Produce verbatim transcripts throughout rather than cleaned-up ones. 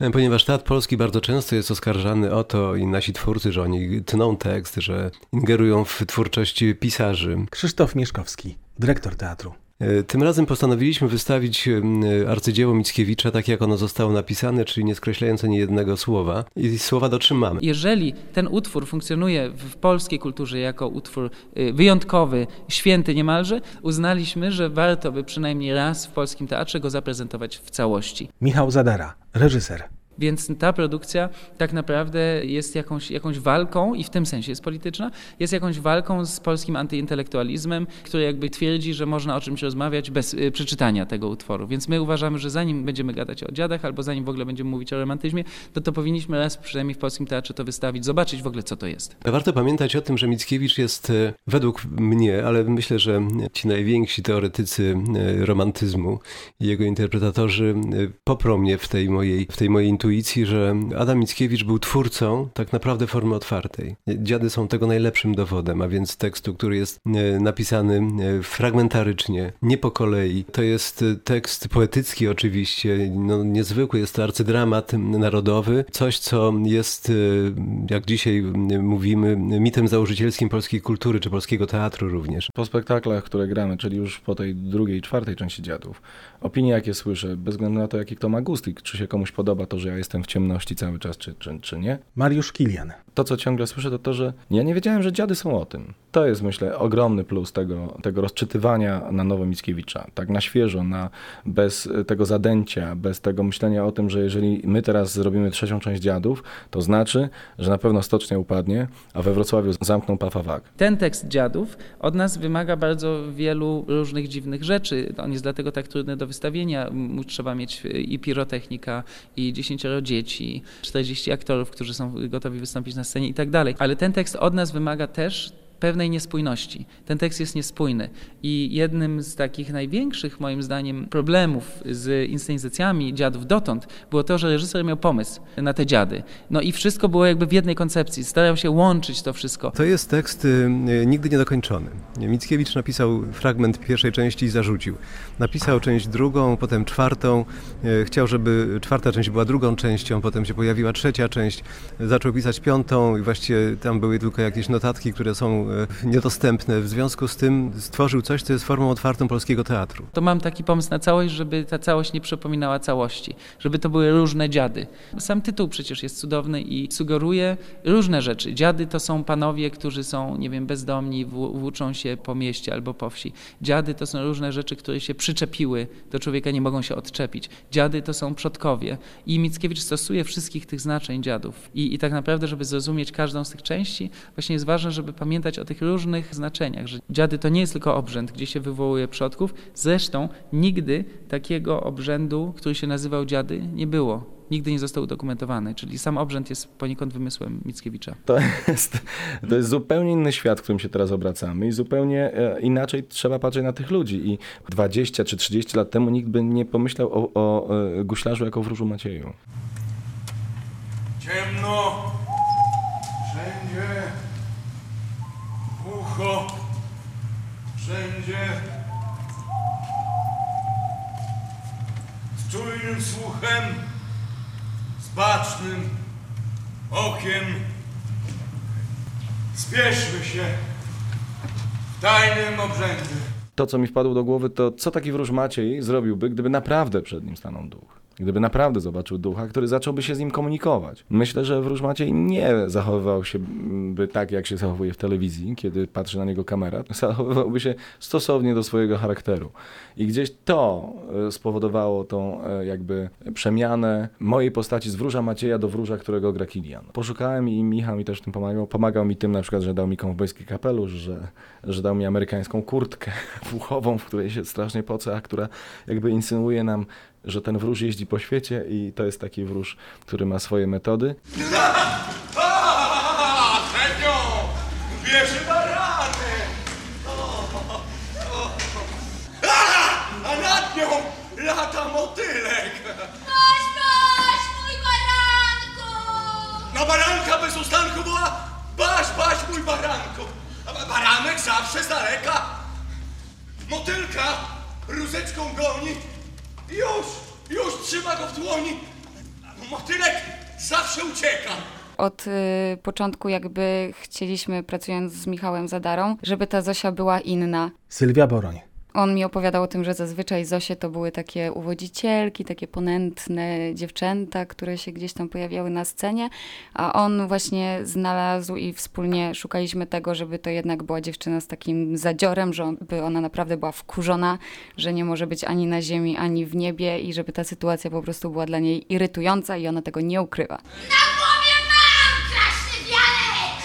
Ponieważ teatr polski bardzo często jest oskarżany o to i nasi twórcy, że oni tną tekst, że ingerują w twórczość pisarzy. Krzysztof Mieszkowski, dyrektor teatru. Tym razem postanowiliśmy wystawić arcydzieło Mickiewicza tak, jak ono zostało napisane, czyli nie skreślając ani jednego słowa i słowa dotrzymamy. Jeżeli ten utwór funkcjonuje w polskiej kulturze jako utwór wyjątkowy, święty niemalże, uznaliśmy, że warto by przynajmniej raz w polskim teatrze go zaprezentować w całości. Michał Zadara, reżyser. Więc ta produkcja tak naprawdę jest jakąś, jakąś walką, i w tym sensie jest polityczna, jest jakąś walką z polskim antyintelektualizmem, który jakby twierdzi, że można o czymś rozmawiać bez y, przeczytania tego utworu. Więc my uważamy, że zanim będziemy gadać o dziadach, albo zanim w ogóle będziemy mówić o romantyzmie, to to powinniśmy raz przynajmniej w polskim teatrze to wystawić, zobaczyć w ogóle, co to jest. Warto pamiętać o tym, że Mickiewicz jest według mnie, ale myślę, że ci najwięksi teoretycy romantyzmu i jego interpretatorzy poprą mnie w tej mojej, w tej mojej intuicji, że Adam Mickiewicz był twórcą tak naprawdę formy otwartej. Dziady są tego najlepszym dowodem, a więc tekstu, który jest napisany fragmentarycznie, nie po kolei. To jest tekst poetycki oczywiście, no, niezwykły, jest to arcydramat narodowy, coś co jest, jak dzisiaj mówimy, mitem założycielskim polskiej kultury, czy polskiego teatru również. Po spektaklach, które gramy, czyli już po tej drugiej, czwartej części Dziadów, opinie jakie słyszę, bez względu na to, jaki kto ma gust i czy się komuś podoba to, że ja jestem w ciemności cały czas, czy, czy, czy nie. Mariusz Kilian. To, co ciągle słyszę, to to, że ja nie wiedziałem, że dziady są o tym. To jest, myślę, ogromny plus tego, tego rozczytywania na nowo Mickiewicza. Tak na świeżo, na, bez tego zadęcia, bez tego myślenia o tym, że jeżeli my teraz zrobimy trzecią część Dziadów, to znaczy, że na pewno stocznia upadnie, a we Wrocławiu zamkną Pafawak. Ten tekst Dziadów od nas wymaga bardzo wielu różnych dziwnych rzeczy. On jest dlatego tak trudny do wystawienia. Trzeba mieć i pirotechnika, i dziesięcioro dzieci, czterdzieści aktorów, którzy są gotowi wystąpić na scenie i tak dalej. Ale ten tekst od nas wymaga też pewnej niespójności. Ten tekst jest niespójny i jednym z takich największych, moim zdaniem, problemów z inscenizacjami Dziadów dotąd było to, że reżyser miał pomysł na te dziady. No i wszystko było jakby w jednej koncepcji. Starał się łączyć to wszystko. To jest tekst y, nigdy niedokończony. Mickiewicz napisał fragment pierwszej części i zarzucił. Napisał część drugą, potem czwartą. Y, chciał, żeby czwarta część była drugą częścią, potem się pojawiła trzecia część. Zaczął pisać piątą i właściwie tam były tylko jakieś notatki, które są niedostępne. W związku z tym stworzył coś, co jest formą otwartą polskiego teatru. To mam taki pomysł na całość, żeby ta całość nie przypominała całości, żeby to były różne dziady. Sam tytuł przecież jest cudowny i sugeruje różne rzeczy. Dziady to są panowie, którzy są, nie wiem, bezdomni, włóczą się po mieście albo po wsi. Dziady to są różne rzeczy, które się przyczepiły do człowieka, nie mogą się odczepić. Dziady to są przodkowie. I Mickiewicz stosuje wszystkich tych znaczeń dziadów. I, i tak naprawdę, żeby zrozumieć każdą z tych części, właśnie jest ważne, żeby pamiętać o tych różnych znaczeniach, że dziady to nie jest tylko obrzęd, gdzie się wywołuje przodków. Zresztą nigdy takiego obrzędu, który się nazywał dziady, nie było. Nigdy nie został udokumentowany, czyli sam obrzęd jest poniekąd wymysłem Mickiewicza. To jest, to jest zupełnie inny świat, w którym się teraz obracamy i zupełnie inaczej trzeba patrzeć na tych ludzi. I dwadzieścia czy trzydzieści lat temu nikt by nie pomyślał o, o guślarzu jako wróżu Macieju. Ciemno, wszędzie, ucho, wszędzie, z czujnym słuchem, z bacznym okiem. Spieszmy się w tajnym obrzędzie. To, co mi wpadło do głowy, to co taki wróż Maciej zrobiłby, gdyby naprawdę przed nim stanął duch. Gdyby naprawdę zobaczył ducha, który zacząłby się z nim komunikować. Myślę, że wróż Maciej nie zachowywał się by tak, jak się zachowuje w telewizji, kiedy patrzy na niego kamera. Zachowywałby się stosownie do swojego charakteru. I gdzieś to spowodowało tą jakby przemianę mojej postaci z wróża Macieja do wróża, którego gra Kilian. Poszukałem i Michał mi też w tym pomagał. Pomagał mi tym na przykład, że dał mi kowbojski kapelusz, że, że dał mi amerykańską kurtkę puchową, w której się strasznie pocę, a która jakby insynuuje nam, że ten wróż jeździ po świecie i to jest taki wróż, który ma swoje metody. Sędzio! Bierze barany! A nad nią lata motylek! Baś, baś, mój baranku! Na baranka bez ustanku była baś, baś, mój baranku! A baranek zawsze z daleka! Motylka rózeczką goni. Już, już trzyma go w dłoni, Motylek zawsze ucieka. Od y, początku jakby chcieliśmy, pracując z Michałem Zadarą, żeby ta Zosia była inna. Sylwia Boroń. On mi opowiadał o tym, że zazwyczaj Zosie to były takie uwodzicielki, takie ponętne dziewczęta, które się gdzieś tam pojawiały na scenie, a on właśnie znalazł i wspólnie szukaliśmy tego, żeby to jednak była dziewczyna z takim zadziorem, żeby ona naprawdę była wkurzona, że nie może być ani na ziemi, ani w niebie i żeby ta sytuacja po prostu była dla niej irytująca i ona tego nie ukrywa. Na głowie mam kraszny wianek!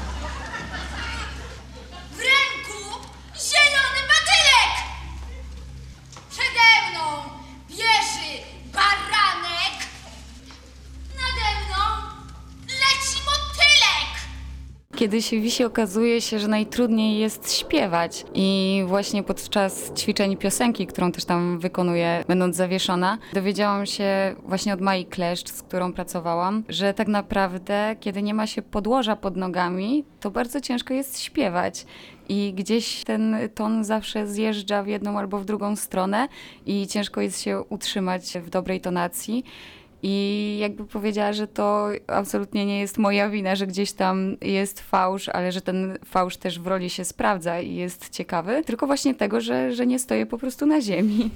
W ręku zielony batylek! Przede mną bieży baranek! Nade mną leci motylek! Kiedy się wisi, okazuje się, że najtrudniej jest śpiewać i właśnie podczas ćwiczeń piosenki, którą też tam wykonuję, będąc zawieszona, dowiedziałam się właśnie od Mai Kleszcz, z którą pracowałam, że tak naprawdę, kiedy nie ma się podłoża pod nogami, to bardzo ciężko jest śpiewać. I gdzieś ten ton zawsze zjeżdża w jedną albo w drugą stronę i ciężko jest się utrzymać w dobrej tonacji. I jakby powiedziała, że to absolutnie nie jest moja wina, że gdzieś tam jest fałsz, ale że ten fałsz też w roli się sprawdza i jest ciekawy, tylko właśnie tego, że, że nie stoję po prostu na ziemi.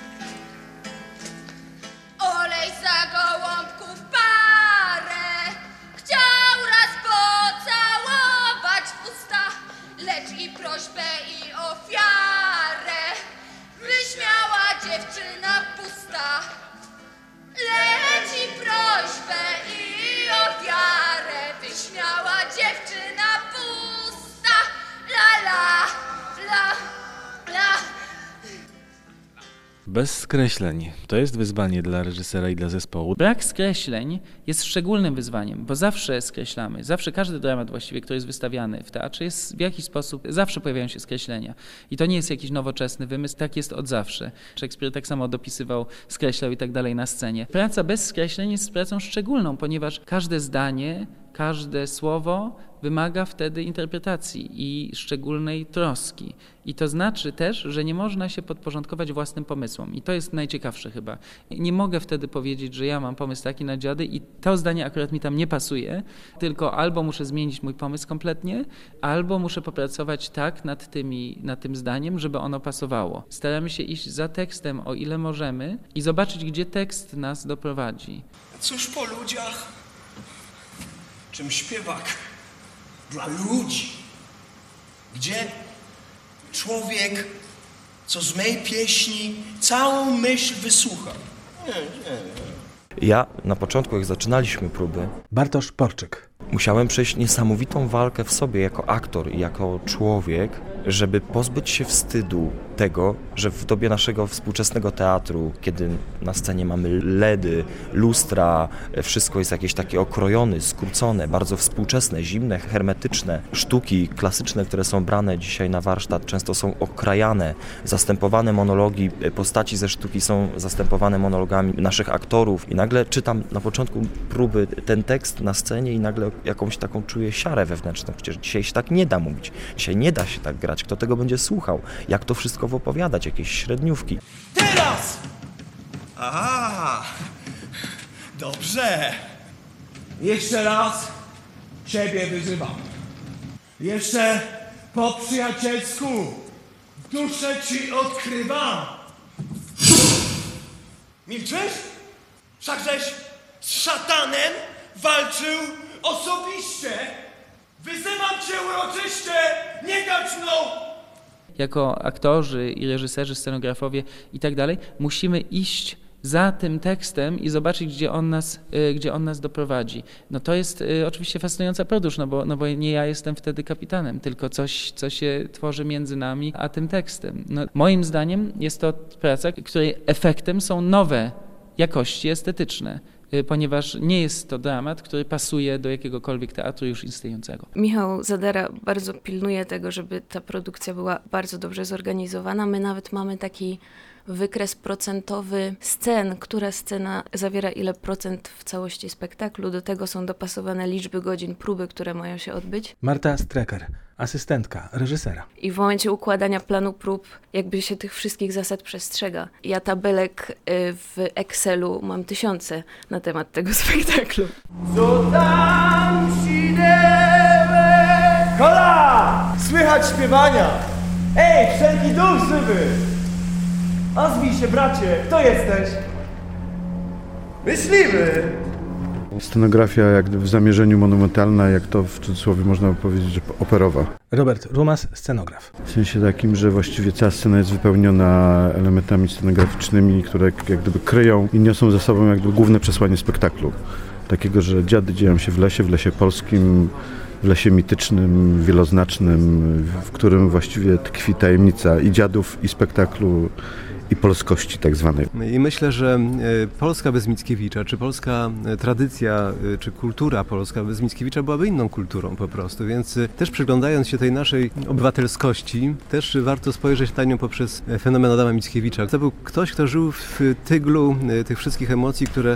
Olej za gołąbków parę, chciał raz pocałować w usta, lecz i prośbę i ofiarę wyśmiała dziewczyna pusta. Lecz i prośbę i ofiarę wyśmiała dziewczyna pusta. La la, la, la. Bez skreśleń. To jest wyzwanie dla reżysera i dla zespołu. Brak skreśleń jest szczególnym wyzwaniem, bo zawsze skreślamy. Zawsze każdy dramat właściwie, który jest wystawiany w teatrze, jest w jakiś sposób, zawsze pojawiają się skreślenia. I to nie jest jakiś nowoczesny wymysł, tak jest od zawsze. Szekspir tak samo dopisywał, skreślał i tak dalej na scenie. Praca bez skreśleń jest pracą szczególną, ponieważ każde zdanie, każde słowo wymaga wtedy interpretacji i szczególnej troski. I to znaczy też, że nie można się podporządkować własnym pomysłom. I to jest najciekawsze chyba. Nie mogę wtedy powiedzieć, że ja mam pomysł taki na dziady i to zdanie akurat mi tam nie pasuje, tylko albo muszę zmienić mój pomysł kompletnie, albo muszę popracować tak nad, tymi, nad tym zdaniem, żeby ono pasowało. Staramy się iść za tekstem, o ile możemy i zobaczyć, gdzie tekst nas doprowadzi. Cóż po ludziach, czym śpiewak dla ludzi? Gdzie człowiek, co z mej pieśni całą myśl wysłucha? Nie, nie, nie. Ja na początku, jak zaczynaliśmy próby, Bartosz Porczyk. musiałem przejść niesamowitą walkę w sobie jako aktor i jako człowiek, żeby pozbyć się wstydu tego, że w dobie naszego współczesnego teatru, kiedy na scenie mamy ledy, lustra, wszystko jest jakieś takie okrojone, skrócone, bardzo współczesne, zimne, hermetyczne. Sztuki klasyczne, które są brane dzisiaj na warsztat, często są okrajane, zastępowane monologi, postaci ze sztuki są zastępowane monologami naszych aktorów i nagle czytam na początku próby ten tekst na scenie i nagle jakąś taką czuję siarę wewnętrzną. Przecież dzisiaj się tak nie da mówić, dzisiaj nie da się tak grać. Kto tego będzie słuchał? Jak to wszystko opowiadać? Jakieś średniówki. Teraz! Aha! Dobrze. Jeszcze raz ciebie wyzywam. Jeszcze po przyjacielsku w duszę ci odkrywam. Milczysz? Wszakżeś z szatanem walczył osobiście. Wyzywam cię uroczyście, nie gać mną! Jako aktorzy i reżyserzy, scenografowie i tak dalej, musimy iść za tym tekstem i zobaczyć, gdzie on nas, gdzie on nas doprowadzi. No to jest oczywiście fascynująca podróż, no bo, no bo nie ja jestem wtedy kapitanem, tylko coś, co się tworzy między nami a tym tekstem. No, moim zdaniem jest to praca, której efektem są nowe jakości estetyczne, ponieważ nie jest to dramat, który pasuje do jakiegokolwiek teatru już istniejącego. Michał Zadara bardzo pilnuje tego, żeby ta produkcja była bardzo dobrze zorganizowana. My nawet mamy taki wykres procentowy scen, która scena zawiera ile procent w całości spektaklu. Do tego są dopasowane liczby godzin próby, które mają się odbyć. Marta Strecker, asystentka reżysera. I w momencie układania planu prób jakby się tych wszystkich zasad przestrzega. Ja tabelek w Excelu mam tysiące na temat tego spektaklu. Co tam Kola! Słychać śpiewania! Ej, wszelki duch żywy! Ozwij się, bracie! Kto jesteś? Myśliwy! Scenografia jak w zamierzeniu monumentalna, jak to w cudzysłowie można powiedzieć, że operowa. Robert Rumas, scenograf. W sensie takim, że właściwie cała scena jest wypełniona elementami scenograficznymi, które jak gdyby kryją i niosą ze sobą jak gdyby główne przesłanie spektaklu. Takiego, że dziady dzieją się w lesie, w lesie polskim, w lesie mitycznym, wieloznacznym, w którym właściwie tkwi tajemnica i dziadów, i spektaklu, i polskości tak zwanej. I myślę, że Polska bez Mickiewicza, czy polska tradycja, czy kultura polska bez Mickiewicza byłaby inną kulturą po prostu, więc też przyglądając się tej naszej obywatelskości, też warto spojrzeć na nią poprzez fenomen Adama Mickiewicza. To był ktoś, kto żył w tyglu tych wszystkich emocji, które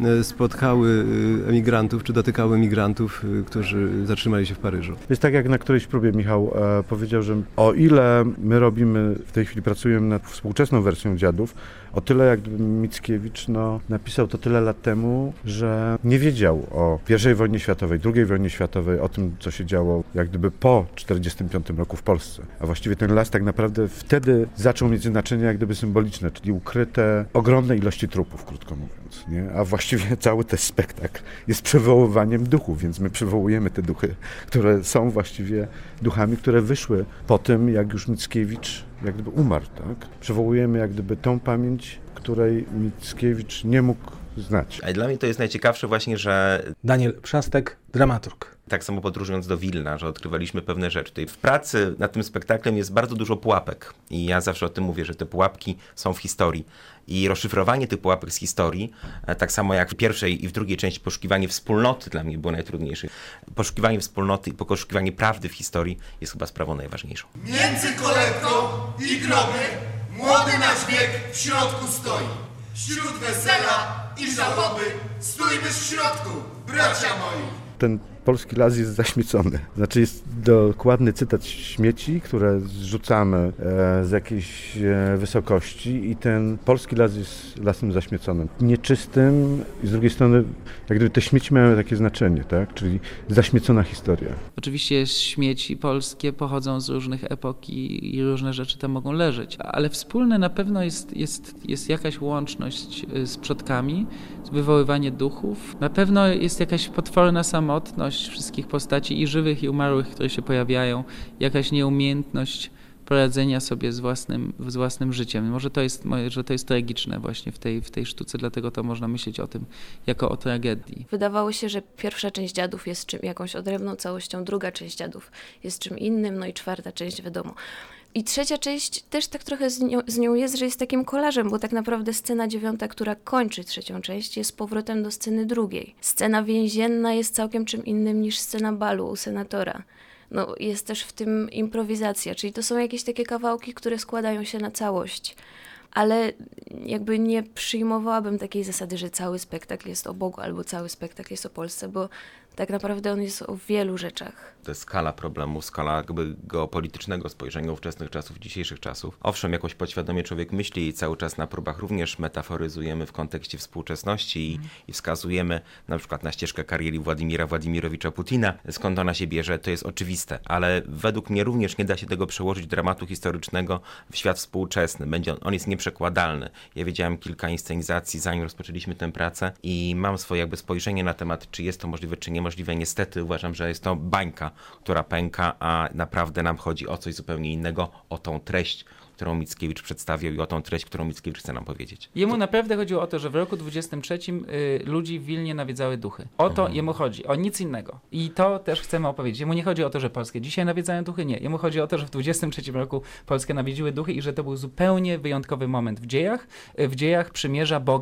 spotkały emigrantów, czy dotykały emigrantów, którzy zatrzymali się w Paryżu. Jest tak, jak na którejś próbie Michał e, powiedział, że o ile my robimy, w tej chwili pracujemy nad współczesną wersją dziadów, o tyle jak gdyby Mickiewicz no, napisał to tyle lat temu, że nie wiedział o pierwszej wojnie światowej, drugiej wojnie światowej, o tym, co się działo jak gdyby po czterdziestym piątym roku w Polsce. A właściwie ten las tak naprawdę wtedy zaczął mieć znaczenie jak gdyby symboliczne, czyli ukryte ogromne ilości trupów, krótko mówiąc. Nie? A właściwie cały ten spektakl jest przywoływaniem duchów, więc my przywołujemy te duchy, które są właściwie duchami, które wyszły po tym, jak już Mickiewicz jak gdyby umarł, tak? Przywołujemy jak gdyby tą pamięć, której Mickiewicz nie mógł znać. A dla mnie to jest najciekawsze właśnie, że... Daniel Przastek, dramaturg. Tak samo podróżując do Wilna, że odkrywaliśmy pewne rzeczy. Tutaj w pracy nad tym spektaklem jest bardzo dużo pułapek i ja zawsze o tym mówię, że te pułapki są w historii. I rozszyfrowanie tych pułapek z historii, tak samo jak w pierwszej i w drugiej części poszukiwanie wspólnoty dla mnie było najtrudniejsze. Poszukiwanie wspólnoty i poszukiwanie prawdy w historii jest chyba sprawą najważniejszą. Między kolebką i grobem młody nasz wiek w środku stoi. Wśród wesela i żałoby stójmy w środku, bracia moi. Ten polski las jest zaśmiecony. Znaczy jest dokładny cytat śmieci, które zrzucamy e, z jakiejś e, wysokości i ten polski las jest lasem zaśmieconym. Nieczystym i z drugiej strony jak gdyby te śmieci mają takie znaczenie, tak? Czyli zaśmiecona historia. Oczywiście śmieci polskie pochodzą z różnych epok i, i różne rzeczy tam mogą leżeć, ale wspólne na pewno jest, jest, jest jakaś łączność z przodkami, wywoływanie duchów. Na pewno jest jakaś potworna samotność wszystkich postaci i żywych i umarłych, które się pojawiają, jakaś nieumiejętność poradzenia sobie z własnym, z własnym życiem. Może to jest, że to jest tragiczne właśnie w tej, w tej sztuce, dlatego to można myśleć o tym jako o tragedii. Wydawało się, że pierwsza część dziadów jest czym, jakąś odrębną całością, druga część dziadów jest czym innym, no i czwarta część wiadomo. I trzecia część też tak trochę z nią, z nią jest, że jest takim kolażem, bo tak naprawdę scena dziewiąta, która kończy trzecią część, jest powrotem do sceny drugiej. Scena więzienna jest całkiem czym innym niż scena balu u senatora. No, jest też w tym improwizacja, czyli to są jakieś takie kawałki, które składają się na całość. Ale jakby nie przyjmowałabym takiej zasady, że cały spektakl jest o Bogu albo cały spektakl jest o Polsce, bo tak naprawdę on jest o wielu rzeczach. To jest skala problemu, skala jakby geopolitycznego spojrzenia ówczesnych czasów, dzisiejszych czasów. Owszem, jakoś podświadomie człowiek myśli i cały czas na próbach również metaforyzujemy w kontekście współczesności i, mm. i wskazujemy na przykład na ścieżkę kariery Władimira Władimirowicza Putina, skąd ona się bierze, to jest oczywiste, ale według mnie również nie da się tego przełożyć dramatu historycznego w świat współczesny. Będzie on, on jest nieprzekładalny. Ja wiedziałem kilka inscenizacji, zanim rozpoczęliśmy tę pracę i mam swoje jakby spojrzenie na temat, czy jest to możliwe, czy niemożliwe. Niestety uważam, że jest to bańka, która pęka, a naprawdę nam chodzi o coś zupełnie innego, o tą treść, którą Mickiewicz przedstawiał i o tą treść, którą Mickiewicz chce nam powiedzieć. Jemu naprawdę chodziło o to, że w roku dwudziestym trzecim y, ludzi w Wilnie nawiedzały duchy. O to mhm. jemu chodzi, o nic innego. I to też chcemy opowiedzieć. Jemu nie chodzi o to, że Polskę dzisiaj nawiedzają duchy, nie. Jemu chodzi o to, że w dwudziestym trzecim roku Polskę nawiedziły duchy i że to był zupełnie wyjątkowy moment w dziejach, w dziejach przymierza Boga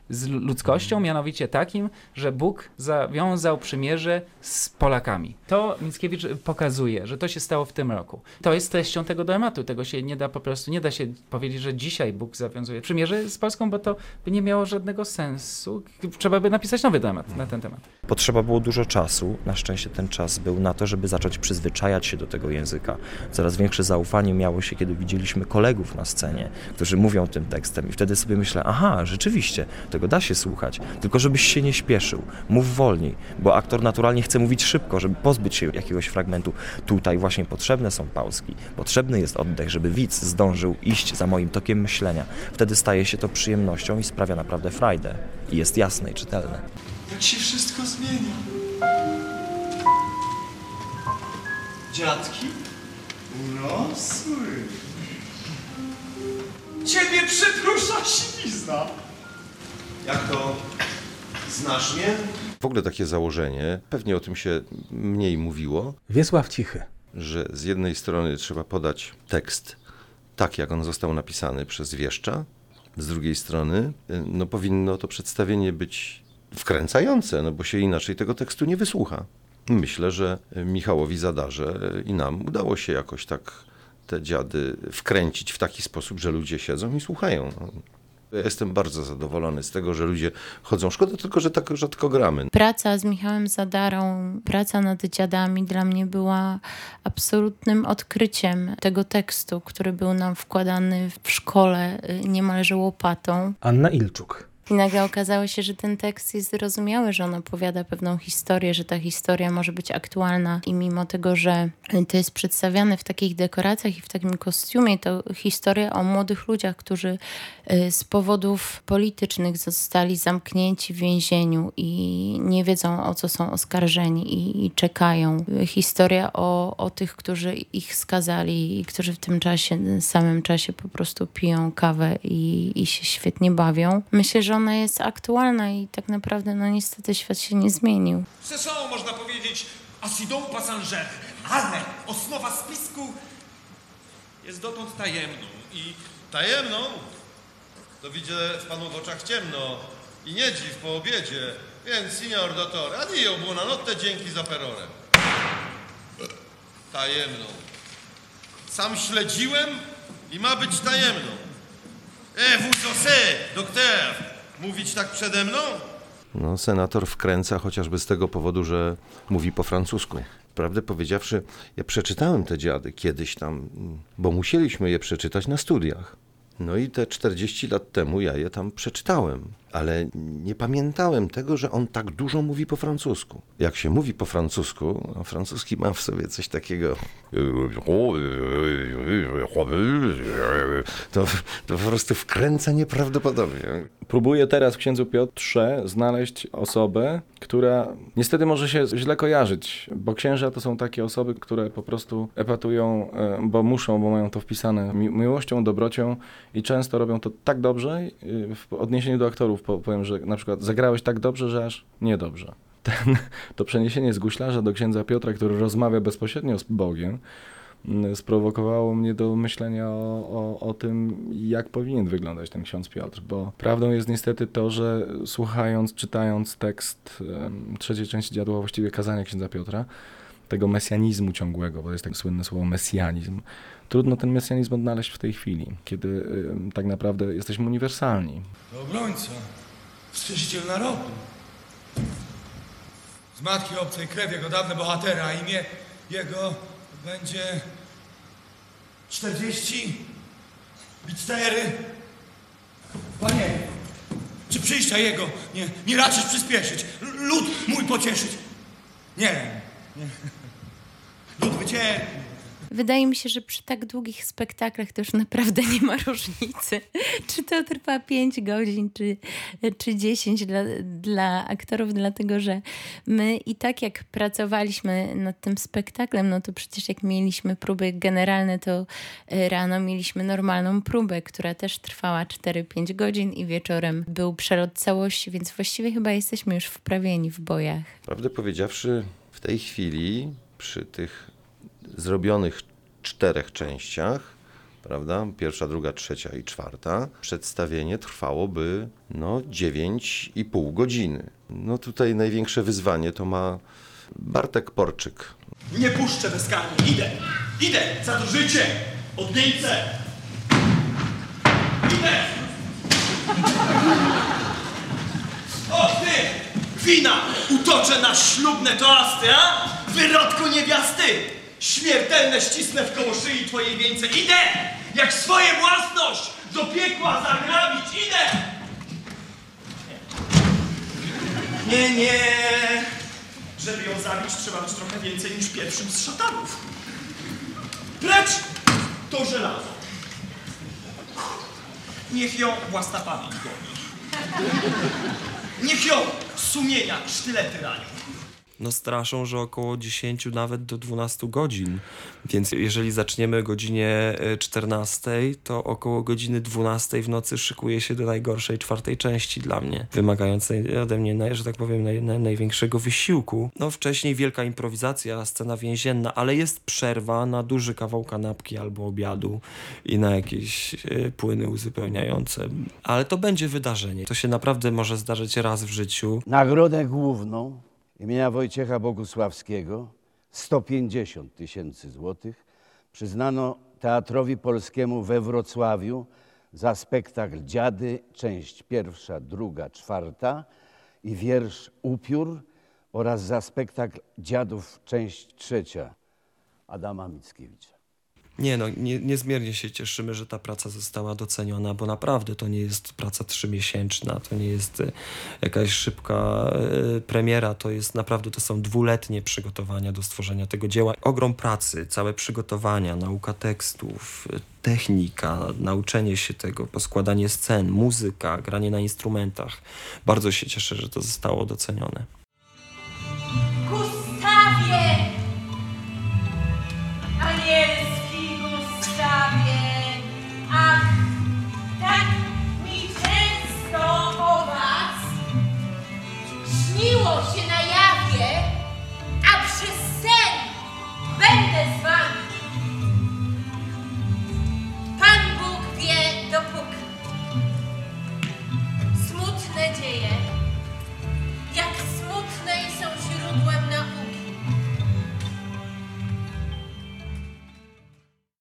z ludzkością, mianowicie takim, że Bóg zawiązał przymierze z Polakami. To Mickiewicz pokazuje, że to się stało w tym roku. To jest treścią tego dramatu. Tego się nie da po prostu, nie da się powiedzieć, że dzisiaj Bóg zawiązuje przymierze z Polską, bo to by nie miało żadnego sensu. Trzeba by napisać nowy dramat na ten temat. Potrzeba było dużo czasu. Na szczęście ten czas był na to, żeby zacząć przyzwyczajać się do tego języka. Coraz większe zaufanie miało się, kiedy widzieliśmy kolegów na scenie, którzy mówią tym tekstem i wtedy sobie myślę, aha, rzeczywiście, tego da się słuchać, tylko żebyś się nie śpieszył, mów wolniej, bo aktor naturalnie chce mówić szybko, żeby pozbyć się jakiegoś fragmentu. Tutaj właśnie potrzebne są pauski, potrzebny jest oddech, żeby widz zdążył iść za moim tokiem myślenia. Wtedy staje się to przyjemnością i sprawia naprawdę frajdę. I jest jasne i czytelne. Jak się wszystko zmienia. Dziadki urosły. Ciebie przeprusza siwizna. Jak to? Znasz mnie? W ogóle takie założenie, pewnie o tym się mniej mówiło. Wiesław Cichy. Że z jednej strony trzeba podać tekst tak, jak on został napisany przez wieszcza, z drugiej strony no, powinno to przedstawienie być wkręcające, no bo się inaczej tego tekstu nie wysłucha. Myślę, że Michałowi Zadarze i nam udało się jakoś tak te dziady wkręcić w taki sposób, że ludzie siedzą i słuchają. Ja jestem bardzo zadowolony z tego, że ludzie chodzą. Szkoda tylko, że tak rzadko gramy. Praca z Michałem Zadarą, praca nad dziadami dla mnie była absolutnym odkryciem tego tekstu, który był nam wkładany w szkole niemalże łopatą. Anna Ilczuk. I nagle okazało się, że ten tekst jest zrozumiały, że on opowiada pewną historię, że ta historia może być aktualna i mimo tego, że to jest przedstawiane w takich dekoracjach i w takim kostiumie, to historia o młodych ludziach, którzy z powodów politycznych zostali zamknięci w więzieniu i nie wiedzą, o co są oskarżeni i, i czekają. Historia o, o tych, którzy ich skazali i którzy w tym czasie, samym czasie po prostu piją kawę i, i się świetnie bawią. Myślę, że ona jest aktualna i tak naprawdę, no niestety świat się nie zmienił. Ce są, można powiedzieć, acidą passager, ale osnowa spisku jest dotąd tajemną i... Tajemną? To widzę w panu w oczach ciemno i nie dziw po obiedzie, więc signor dottore, addio buonanotte, dzięki za perorem. Tajemną. Sam śledziłem i ma być tajemną. Eh, vous osez, doktor, mówić tak przede mną? No, senator wkręca chociażby z tego powodu, że mówi po francusku. Prawdę powiedziawszy, ja przeczytałem te dziady kiedyś tam, bo musieliśmy je przeczytać na studiach. No i te czterdzieści lat temu ja je tam przeczytałem, ale nie pamiętałem tego, że on tak dużo mówi po francusku. Jak się mówi po francusku, a francuski ma w sobie coś takiego, to, to po prostu wkręca nieprawdopodobnie. Próbuję teraz w księdzu Piotrze znaleźć osobę, która niestety może się źle kojarzyć, bo księża to są takie osoby, które po prostu epatują, bo muszą, bo mają to wpisane mi- miłością, dobrocią i często robią to tak dobrze, w odniesieniu do aktorów powiem, że na przykład zagrałeś tak dobrze, że aż niedobrze. Ten, to przeniesienie z guślarza do księdza Piotra, który rozmawia bezpośrednio z Bogiem, sprowokowało mnie do myślenia o, o, o tym, jak powinien wyglądać ten ksiądz Piotr, bo prawdą jest niestety to, że słuchając, czytając tekst um, trzeciej części dziadów, a właściwie kazania księdza Piotra, tego mesjanizmu ciągłego, bo jest tak słynne słowo mesjanizm, trudno ten mesjanizm odnaleźć w tej chwili, kiedy y, tak naprawdę jesteśmy uniwersalni. To obrońca, wskrzesiciel narodu. Z matki obcej krew jego dawne bohatera, a imię jego będzie czterdzieści i cztery. Panie, czy przyjścia jego nie, nie raczysz przyspieszyć? L- lud mój pocieszyć? Nie, nie. Lud wycierpi. Wydaje mi się, że przy tak długich spektaklach to już naprawdę nie ma różnicy, czy to trwa pięć godzin, czy, czy dziesięć dla, dla aktorów, dlatego że my i tak jak pracowaliśmy nad tym spektaklem, no to przecież jak mieliśmy próby generalne, to rano mieliśmy normalną próbę, która też trwała cztery pięć godzin i wieczorem był przelot całości, więc właściwie chyba jesteśmy już wprawieni w bojach. Prawdę powiedziawszy, w tej chwili przy tych zrobionych czterech częściach prawda? Pierwsza, druga, trzecia i czwarta. Przedstawienie trwałoby no dziewięć i pół godziny. No tutaj największe wyzwanie to ma Bartek Porczyk. Nie puszczę bezkarnie. Idę! Idę! Zadrżycie! Odnieńce! Idę! O ty! Wina! Utoczę na ślubne toasty, a? Wyrodku niewiasty! Śmiertelne ścisnę w koło szyi twojej wieńce. Idę! Jak swoje własność! Do piekła zagrabić! Idę! Nie, nie! Żeby ją zabić, trzeba być trochę więcej niż pierwszym z szatanów. Precz to żelazo. Niech ją własna pamięć goni. Niech ją sumienia sztylety ranią. No straszą, że około dziesięć nawet do dwunastu godzin. Więc jeżeli zaczniemy o godzinie czternastej, to około godziny dwunastej w nocy szykuje się do najgorszej czwartej części dla mnie. Wymagającej ode mnie, że tak powiem, naj, naj, największego wysiłku. No wcześniej wielka improwizacja, scena więzienna, ale jest przerwa na duży kawał kanapki albo obiadu i na jakieś y, płyny uzupełniające. Ale to będzie wydarzenie. To się naprawdę może zdarzyć raz w życiu. Nagrodę główną imienia Wojciecha Bogusławskiego, sto pięćdziesiąt tysięcy złotych, przyznano Teatrowi Polskiemu we Wrocławiu za spektakl Dziady, część pierwsza, druga, czwarta i wiersz Upiór oraz za spektakl Dziadów, część trzecia Adama Mickiewicza. Nie no, nie, niezmiernie się cieszymy, że ta praca została doceniona, bo naprawdę to nie jest praca trzymiesięczna, to nie jest jakaś szybka y, premiera, to jest naprawdę, to są dwuletnie przygotowania do stworzenia tego dzieła. Ogrom pracy, całe przygotowania, nauka tekstów, technika, nauczenie się tego, poskładanie scen, muzyka, granie na instrumentach. Bardzo się cieszę, że to zostało docenione.